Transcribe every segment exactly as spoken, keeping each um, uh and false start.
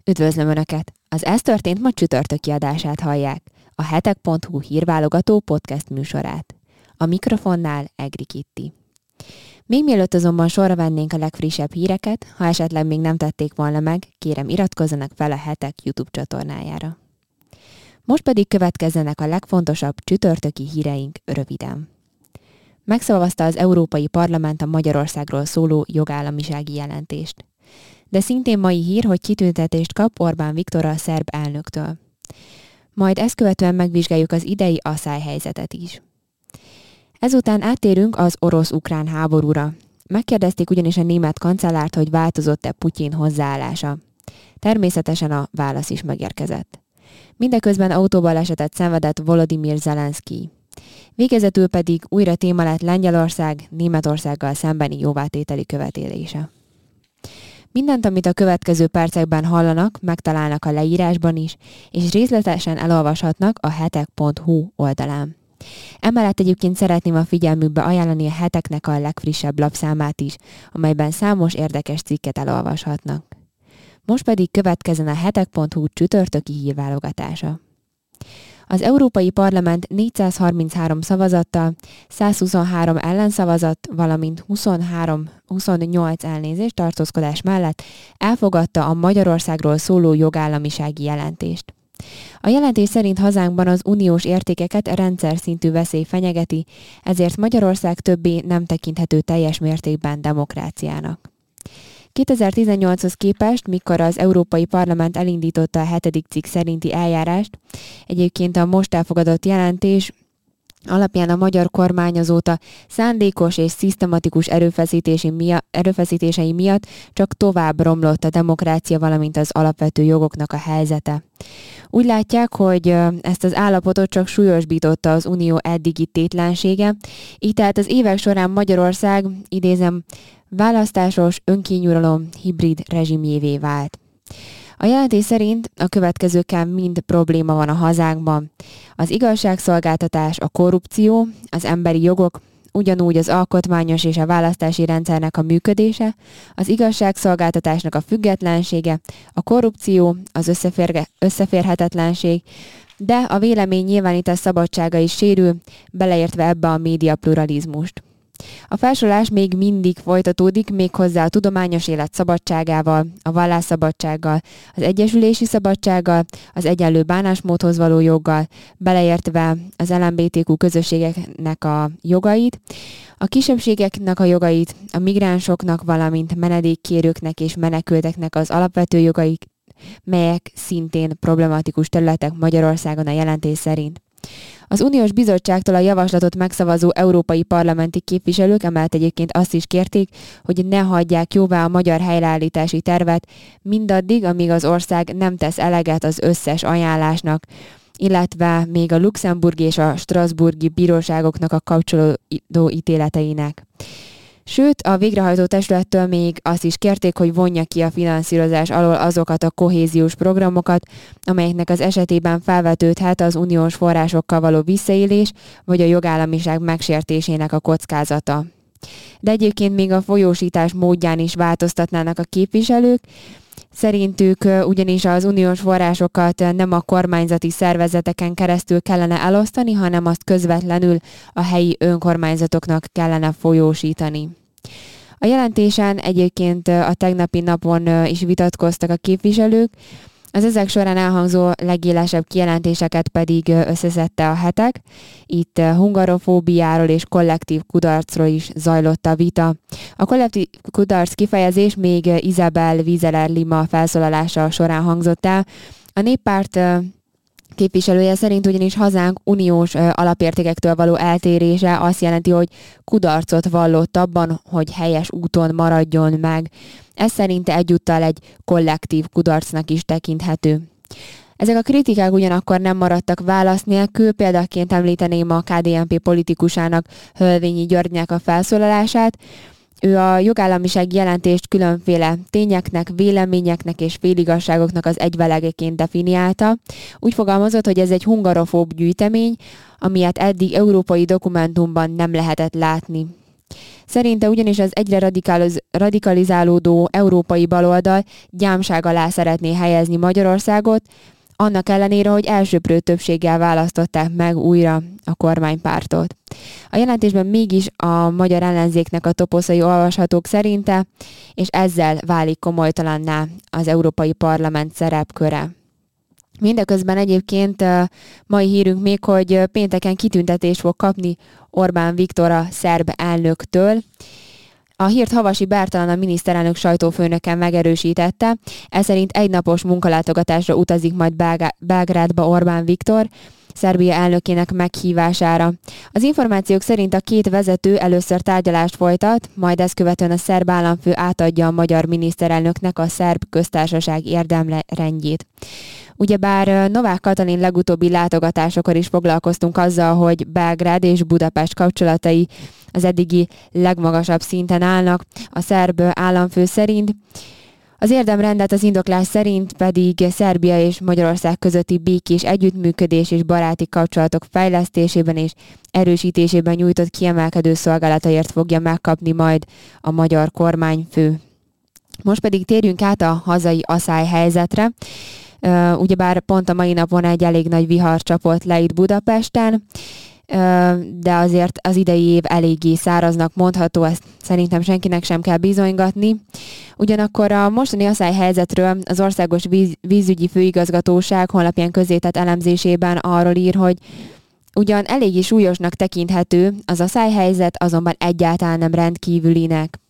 Üdvözlöm Önöket! Az Ez történt ma csütörtöki adását hallják, a hetek pont hu hírválogató podcast műsorát. A mikrofonnál Egri Kitti. Még mielőtt azonban sorra vennénk a legfrissebb híreket, ha esetleg még nem tették volna meg, kérem iratkozzanak fel a Hetek YouTube csatornájára. Most pedig következzenek a legfontosabb csütörtöki híreink röviden. Megszavazta az Európai Parlament a Magyarországról szóló jogállamisági jelentést. De szintén mai hír, hogy kitüntetést kap Orbán Viktor a szerb elnöktől. Majd ezt követően megvizsgáljuk az idei asszályhelyzetet is. Ezután áttérünk az orosz-ukrán háborúra. Megkérdezték ugyanis a német kancellárt, hogy változott-e Putyin hozzáállása. Természetesen a válasz is megérkezett. Mindeközben autóbalesetet szenvedett Volodymyr Zelenszkij. Végezetül pedig újra téma lett Lengyelország Németországgal szembeni jóvátételi követelése. Mindent, amit a következő percekben hallanak, megtalálnak a leírásban is, és részletesen elolvashatnak a hetek pont hu oldalán. Emellett egyébként szeretném a figyelmükbe ajánlani a Heteknek a legfrissebb lapszámát is, amelyben számos érdekes cikket elolvashatnak. Most pedig következzen a hetek pont hu csütörtöki hírválogatása. Az Európai Parlament négyszázharminchárom szavazattal, százhuszonhárom ellenszavazat, valamint huszonhárom, huszonnyolc elnézést tartózkodás mellett elfogadta a Magyarországról szóló jogállamisági jelentést. A jelentés szerint hazánkban az uniós értékeket rendszer szintű veszély fenyegeti, ezért Magyarország többé nem tekinthető teljes mértékben demokráciának. kétezer-tizennyolchoz képest, mikor az Európai Parlament elindította a hetedik cikk szerinti eljárást, egyébként a most elfogadott jelentés alapján a magyar kormány azóta szándékos és szisztematikus erőfeszítési mia- erőfeszítései miatt csak tovább romlott a demokrácia, valamint az alapvető jogoknak a helyzete. Úgy látják, hogy ezt az állapotot csak súlyosbította az unió eddigi tétlensége, így tehát az évek során Magyarország, idézem, választásos önkényuralom hibrid rezsimjévé vált. A jelentés szerint a következőkkel mind probléma van a hazánkban. Az igazságszolgáltatás, a korrupció, az emberi jogok, ugyanúgy az alkotmányos és a választási rendszernek a működése, az igazságszolgáltatásnak a függetlensége, a korrupció, az összeférge, összeférhetetlenség, de a vélemény nyilvánítás szabadsága is sérül, beleértve ebbe a média pluralizmust. A felsorolás még mindig folytatódik, méghozzá a tudományos élet szabadságával, a vallásszabadsággal, az egyesülési szabadsággal, az egyenlő bánásmódhoz való joggal, beleértve az el em bé té kú közösségeknek a jogait, a kisebbségeknek a jogait, a migránsoknak, valamint menedékkérőknek és menekülteknek az alapvető jogait, melyek szintén problematikus területek Magyarországon a jelentés szerint. Az Uniós Bizottságtól a javaslatot megszavazó európai parlamenti képviselők emellett egyébként azt is kérték, hogy ne hagyják jóvá a magyar helyreállítási tervet mindaddig, amíg az ország nem tesz eleget az összes ajánlásnak, illetve még a luxemburgi és a strasbourgi bíróságoknak a kapcsolódó ítéleteinek. Sőt, a végrehajtó testülettől még azt is kérték, hogy vonja ki a finanszírozás alól azokat a kohéziós programokat, amelyeknek az esetében felvetődhet az uniós forrásokkal való visszaélés, vagy a jogállamiság megsértésének a kockázata. De egyébként még a folyósítás módján is változtatnának a képviselők, szerintük ugyanis az uniós forrásokat nem a kormányzati szervezeteken keresztül kellene elosztani, hanem azt közvetlenül a helyi önkormányzatoknak kellene folyósítani. A jelentésen egyébként a tegnapi napon is vitatkoztak a képviselők, az ezek során elhangzó legélesebb kijelentéseket pedig összeszedte a Hetek. Itt hungarofóbiáról és kollektív kudarcról is zajlott a vita. A kollektív kudarc kifejezés még Isabel Wieseler Lima felszólalása során hangzott el. A Néppárt képviselője szerint ugyanis hazánk uniós alapértékektől való eltérése azt jelenti, hogy kudarcot vallott abban, hogy helyes úton maradjon meg. Ez szerinte egyúttal egy kollektív kudarcnak is tekinthető. Ezek a kritikák ugyanakkor nem maradtak válasz nélkül, példaként említeném a ká dé en pé politikusának, Hölvényi Györgynek a felszólalását. Ő a jogállamisági jelentést különféle tényeknek, véleményeknek és féligasságoknak az egyvelegeként definiálta. Úgy fogalmazott, hogy ez egy hungarofób gyűjtemény, amilyet eddig európai dokumentumban nem lehetett látni. Szerinte ugyanis az egyre radikalizálódó európai baloldal gyámság alá szeretné helyezni Magyarországot, annak ellenére, hogy elsöprő többséggel választották meg újra a kormánypártot. A jelentésben mégis a magyar ellenzéknek a toposzai olvashatók szerinte, és ezzel válik komolytalanná az Európai Parlament szerepköre. Mindeközben egyébként mai hírünk még, hogy pénteken kitüntetést fog kapni Orbán Viktor a szerb elnöktől. A hírt Havasi Bertalan, a miniszterelnök sajtófőnöke megerősítette, ez szerint egynapos munkalátogatásra utazik majd Belgrádba Orbán Viktor, Szerbia elnökének meghívására. Az információk szerint a két vezető először tárgyalást folytat, majd ezt követően a szerb államfő átadja a magyar miniszterelnöknek a szerb köztársaság érdemrendjét. Ugyebár Novák Katalin legutóbbi látogatásokor is foglalkoztunk azzal, hogy Belgrád és Budapest kapcsolatai az eddigi legmagasabb szinten állnak a szerb államfő szerint. Az érdemrendet az indoklás szerint pedig Szerbia és Magyarország közötti békés együttműködés és baráti kapcsolatok fejlesztésében és erősítésében nyújtott kiemelkedő szolgálataért fogja megkapni majd a magyar kormányfő. Most pedig térjünk át a hazai aszályhelyzetre. Uh, ugyebár pont a mai napon egy elég nagy vihar csapott le itt Budapesten, uh, de azért az idei év eléggé száraznak mondható, ezt szerintem senkinek sem kell bizonygatni. Ugyanakkor a mostani aszályhelyzetről az Országos Víz, Vízügyi Főigazgatóság honlapján közzétett elemzésében arról ír, hogy ugyan eléggé súlyosnak tekinthető, az aszályhelyzet azonban egyáltalán nem rendkívülinek.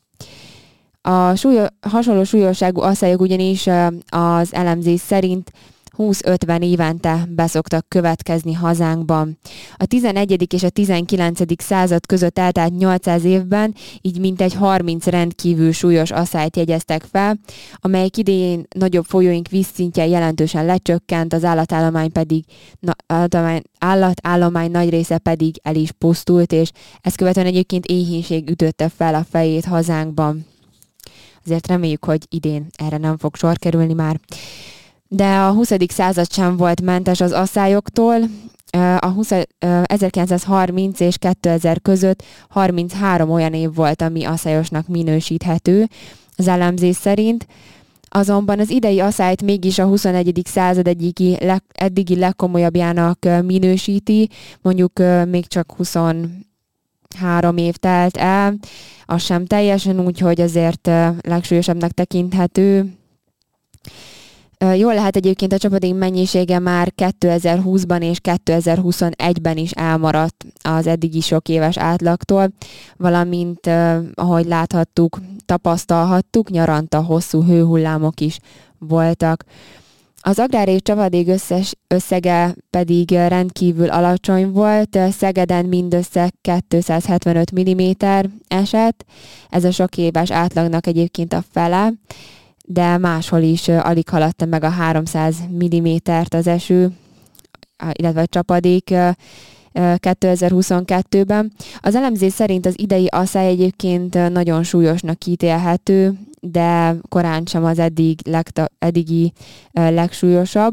A súlyos, hasonló súlyosságú aszályok ugyanis az elemzés szerint húsz-ötven évente beszoktak következni hazánkban. A tizenegyedik és a tizenkilencedik század között eltelt nyolcszáz évben így mintegy harminc rendkívül súlyos aszályt jegyeztek fel, amelyek idején nagyobb folyóink vízszintje jelentősen lecsökkent, az állatállomány pedig állatállomány, állatállomány nagy része pedig el is pusztult, és ezt követően egyébként éhínség ütötte fel a fejét hazánkban. Azért reméljük, hogy idén erre nem fog sor kerülni már. De a huszadik század sem volt mentes az asszályoktól. A húsz, ezerkilencszázharminc és kétezer között harminchárom olyan év volt, ami aszályosnak minősíthető az elemzés szerint. Azonban az idei aszályt mégis a huszonegyedik század egyik eddigi legkomolyabbjának minősíti, mondjuk még csak huszonhárom év telt el, az sem teljesen úgy, hogy azért legsúlyosabbnak tekinthető. Jól lehet egyébként a csapadék mennyisége már kétezer-húszban és kétezer-huszonegyben is elmaradt az eddigi sok éves átlagtól, valamint, ahogy láthattuk, tapasztalhattuk, nyaranta hosszú hőhullámok is voltak. Az agrár és csapadék összes összege pedig rendkívül alacsony volt, Szegeden mindössze kétszázhetvenöt milliméter esett, ez a sok éves átlagnak egyébként a fele, de máshol is alig haladta meg a háromszáz millimétert az eső, illetve a csapadék kétezer-huszonkettőben. Az elemzés szerint az idei aszály egyébként nagyon súlyosnak ítélhető, de korán sem az eddig legta, eddigi legsúlyosabb.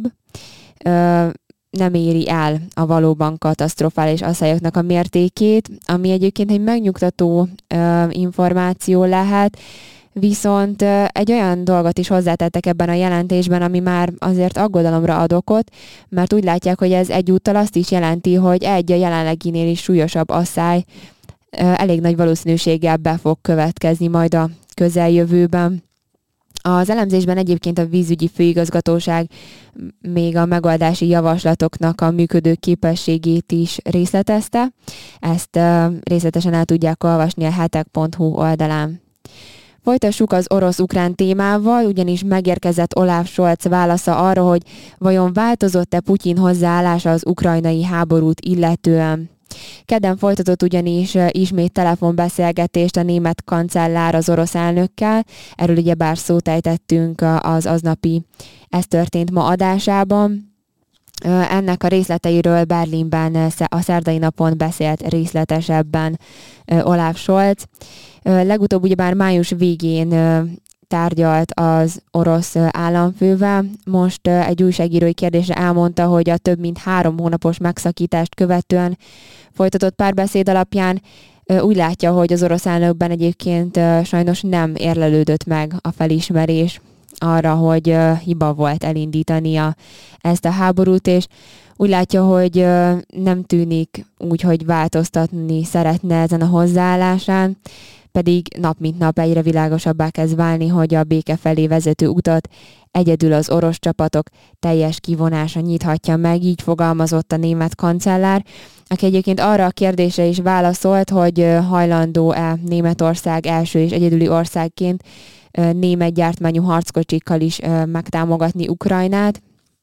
Nem éri el a valóban katasztrofális aszályoknak a mértékét, ami egyébként egy megnyugtató információ lehet, viszont egy olyan dolgot is hozzátettek ebben a jelentésben, ami már azért aggodalomra ad okot, mert úgy látják, hogy ez egyúttal azt is jelenti, hogy egy a jelenleginél is súlyosabb aszály elég nagy valószínűséggel be fog következni majd a közeljövőben. Az elemzésben egyébként a vízügyi főigazgatóság még a megoldási javaslatoknak a működő képességét is részletezte. Ezt részletesen el tudják olvasni a hetek pont hu oldalán. Folytassuk az orosz-ukrán témával, ugyanis megérkezett Olaf Scholz válasza arra, hogy vajon változott-e Putyin hozzáállása az ukrajnai háborút illetően. Kedden folytatott ugyanis ismét telefonbeszélgetést a német kancellár az orosz elnökkel, erről ugyebár szót ejtettünk az aznapi Ez történt ma adásában. Ennek a részleteiről Berlinben a szerdai napon beszélt részletesebben Olaf Scholz. Legutóbb ugyebár május végén tárgyalt az orosz államfővel. Most egy újságírói kérdésre elmondta, hogy a több mint három hónapos megszakítást követően folytatott párbeszéd alapján úgy látja, hogy az orosz elnökben egyébként sajnos nem érlelődött meg a felismerés arra, hogy hiba volt elindítania ezt a háborút, és úgy látja, hogy nem tűnik úgy, hogy változtatni szeretne ezen a hozzáállásán, pedig nap mint nap egyre világosabbá kezd válni, hogy a béke felé vezető utat egyedül az orosz csapatok teljes kivonása nyithatja meg, így fogalmazott a német kancellár, aki egyébként arra a kérdésre is válaszolt, hogy hajlandó-e Németország első és egyedüli országként német gyártmányú harckocsikkal is megtámogatni Ukrajnát.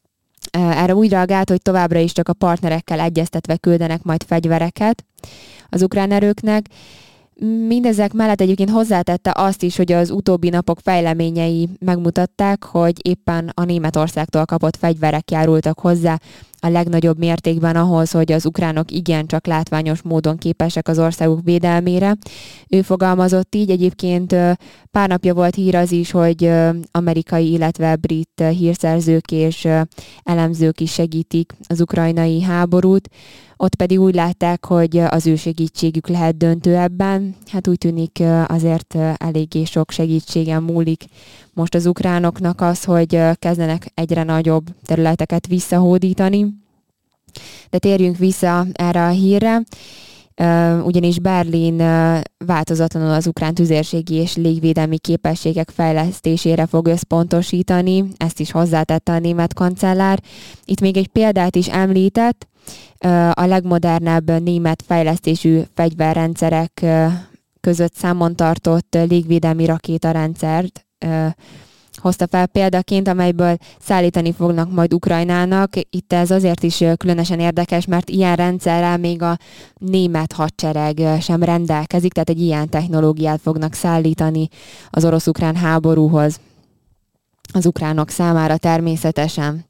Erre úgy reagált, hogy továbbra is csak a partnerekkel egyeztetve küldenek majd fegyvereket az ukrán erőknek. Mindezek mellett egyébként hozzátette azt is, hogy az utóbbi napok fejleményei megmutatták, hogy éppen a Németországtól kapott fegyverek járultak hozzá a legnagyobb mértékben ahhoz, hogy az ukránok igencsak látványos módon képesek az országuk védelmére. Ő fogalmazott így, egyébként pár napja volt hír az is, hogy amerikai, illetve brit hírszerzők és elemzők is segítik az ukrajnai háborút. Ott pedig úgy látták, hogy az ő segítségük lehet döntő ebben. Hát úgy tűnik azért eléggé sok segítségen múlik most az ukránoknak az, hogy kezdenek egyre nagyobb területeket visszahódítani. De térjünk vissza erre a hírre, ugyanis Berlin változatlanul az ukrán tüzérségi és légvédelmi képességek fejlesztésére fog összpontosítani, ezt is hozzátette a német kancellár. Itt még egy példát is említett, a legmodernebb német fejlesztésű fegyverrendszerek között számon tartott légvédelmi rakétarendszert hozta fel példaként, amelyből szállítani fognak majd Ukrajnának. Itt ez azért is különösen érdekes, mert ilyen rendszerrel még a német hadsereg sem rendelkezik, tehát egy ilyen technológiát fognak szállítani az orosz-ukrán háborúhoz. Az ukránok számára természetesen.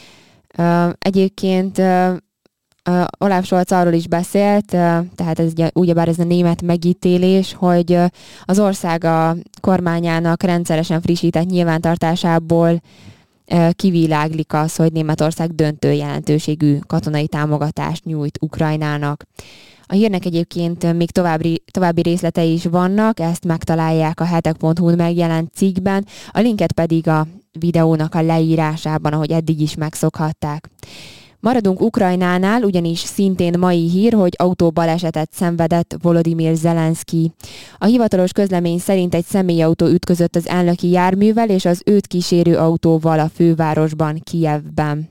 Egyébként Uh, Olaf Scholz arról is beszélt, uh, tehát ez ugye, ugyebár ez a német megítélés, hogy uh, az ország a kormányának rendszeresen frissített nyilvántartásából uh, kiviláglik az, hogy Németország döntő jelentőségű katonai támogatást nyújt Ukrajnának. A hírnek egyébként még további, további részletei is vannak, ezt megtalálják a hetek pont hu megjelent cikkben, a linket pedig a videónak a leírásában, ahogy eddig is megszokhatták. Maradunk Ukrajnánál, ugyanis szintén mai hír, hogy autóbalesetet szenvedett Volodymyr Zelenszky. A hivatalos közlemény szerint egy személyautó ütközött az elnöki járművel és az őt kísérő autóval a fővárosban, Kijevben.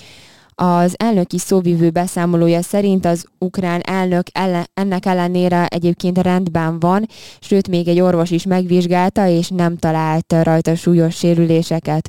Az elnöki szóvivő beszámolója szerint az ukrán elnök ellen, ennek ellenére egyébként rendben van, sőt még egy orvos is megvizsgálta, és nem talált rajta súlyos sérüléseket.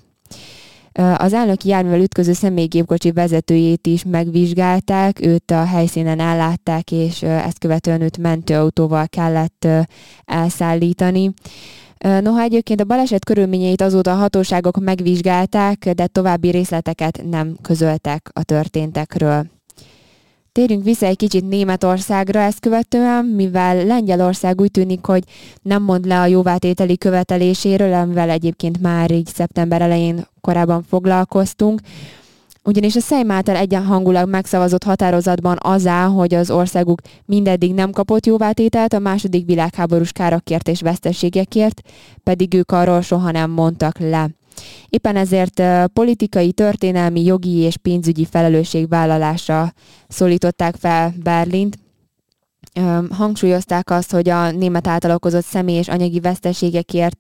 Az elnöki járművel ütköző személygépkocsi vezetőjét is megvizsgálták, őt a helyszínen ellátták, és ezt követően őt mentőautóval kellett elszállítani. Noha egyébként a baleset körülményeit azóta a hatóságok megvizsgálták, de további részleteket nem közöltek a történtekről. Térjünk vissza egy kicsit Németországra ezt követően, mivel Lengyelország úgy tűnik, hogy nem mond le a jóvátételi követeléséről, amivel egyébként már így szeptember elején korábban foglalkoztunk. Ugyanis a Szejm által egyenhangulag megszavazott határozatban az áll, hogy az országuk mindeddig nem kapott jóvátételt a második világháborús károkért és veszteségekért, pedig ők arról soha nem mondtak le. Éppen ezért politikai, történelmi, jogi és pénzügyi felelősségvállalásra szólították fel Berlint. Hangsúlyozták azt, hogy a német által okozott személy és anyagi veszteségekért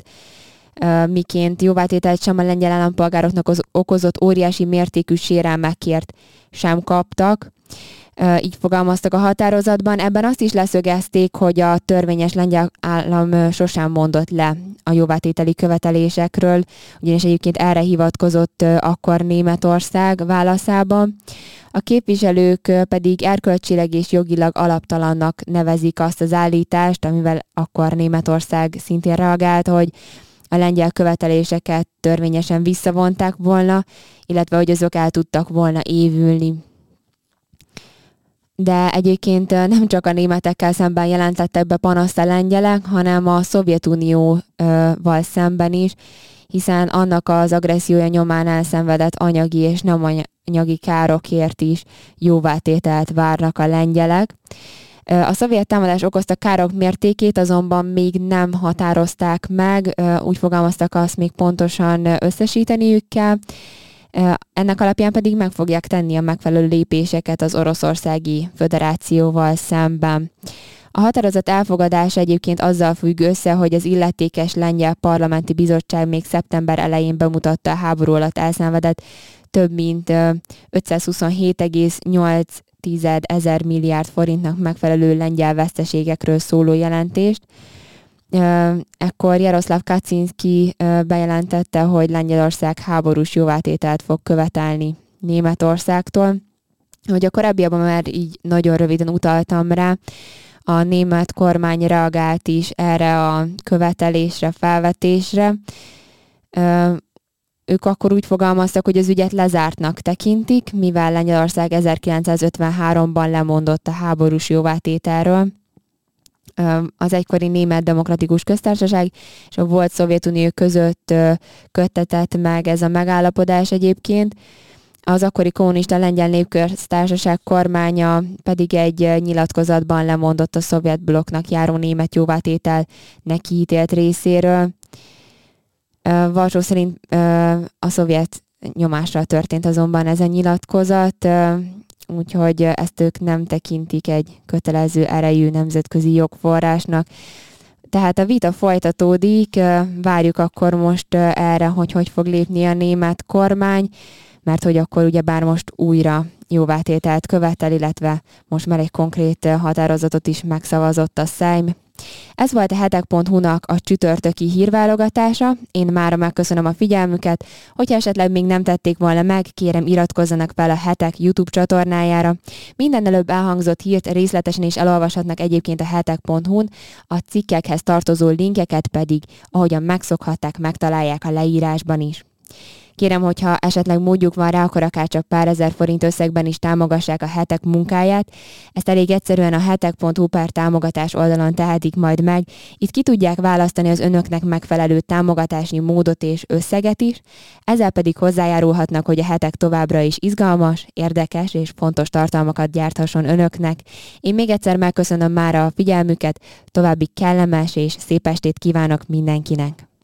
miként jóvátételt sem a lengyel állampolgároknak az okozott óriási mértékű sérelmekért sem kaptak. Így fogalmaztak a határozatban. Ebben azt is leszögezték, hogy a törvényes lengyel állam sosem mondott le a jóvátételi követelésekről, ugyanis egyébként erre hivatkozott akkor Németország válaszában. A képviselők pedig erkölcsileg és jogilag alaptalannak nevezik azt az állítást, amivel akkor Németország szintén reagált, hogy a lengyel követeléseket törvényesen visszavonták volna, illetve hogy azok el tudtak volna évülni. De egyébként nem csak a németekkel szemben jelentettek be panaszt a lengyelek, hanem a Szovjetunióval szemben is, hiszen annak az agressziója nyomán elszenvedett anyagi és nem anyagi károkért is jóvátételt várnak a lengyelek. A szovjet támadás okozta károk mértékét azonban még nem határozták meg, úgy fogalmaztak, azt még pontosan összesíteniük kell. Ennek alapján pedig meg fogják tenni a megfelelő lépéseket az Oroszországi Föderációval szemben. A határozat elfogadása egyébként azzal függ össze, hogy az illetékes lengyel parlamenti bizottság még szeptember elején bemutatta a háború alatt elszenvedett több mint ötszázhuszonhét egész nyolc ezer milliárd forintnak megfelelő lengyel veszteségekről szóló jelentést. Ekkor Jaroszláv Kaczynszki bejelentette, hogy Lengyelország háborús jóvátételt fog követelni Németországtól. Hogy a korábbiakban már így nagyon röviden utaltam rá, a német kormány reagált is erre a követelésre, felvetésre. Ők akkor úgy fogalmaztak, hogy az ügyet lezártnak tekintik, mivel Lengyelország ezerkilencszázötvenháromban lemondott a háborús jóvátételről. Az egykori Német Demokratikus Köztársaság és a volt Szovjetunió között köttetett meg ez a megállapodás egyébként. Az akkori kommunista Lengyel Népköztársaság kormánya pedig egy nyilatkozatban lemondott a szovjet blokknak járó német jóvátétel neki ítélt részéről. Varsó szerint a szovjet nyomásra történt azonban ez a nyilatkozat, úgyhogy ezt ők nem tekintik egy kötelező erejű nemzetközi jogforrásnak. Tehát a vita folytatódik, várjuk akkor most erre, hogy hogy fog lépni a német kormány, mert hogy akkor ugyebár most újra jóvátételt követel, illetve most már egy konkrét határozatot is megszavazott a Szejm. Ez volt a hetek pont hu-nak a csütörtöki hírválogatása. Én mára megköszönöm a figyelmüket, hogyha esetleg még nem tették volna meg, kérem iratkozzanak fel a Hetek YouTube csatornájára. Minden előbb elhangzott hírt részletesen is elolvashatnak egyébként a hetek pont hu-n, a cikkekhez tartozó linkeket pedig, ahogyan megszokhatták, megtalálják a leírásban is. Kérem, hogyha esetleg módjuk van rá, akkor akár csak pár ezer forint összegben is támogassák a Hetek munkáját. Ezt elég egyszerűen a hetek pont hu per támogatás oldalon tehetik majd meg. Itt ki tudják választani az önöknek megfelelő támogatási módot és összeget is. Ezzel pedig hozzájárulhatnak, hogy a Hetek továbbra is izgalmas, érdekes és fontos tartalmakat gyárthasson önöknek. Én még egyszer megköszönöm mára a figyelmüket, további kellemes és szép estét kívánok mindenkinek.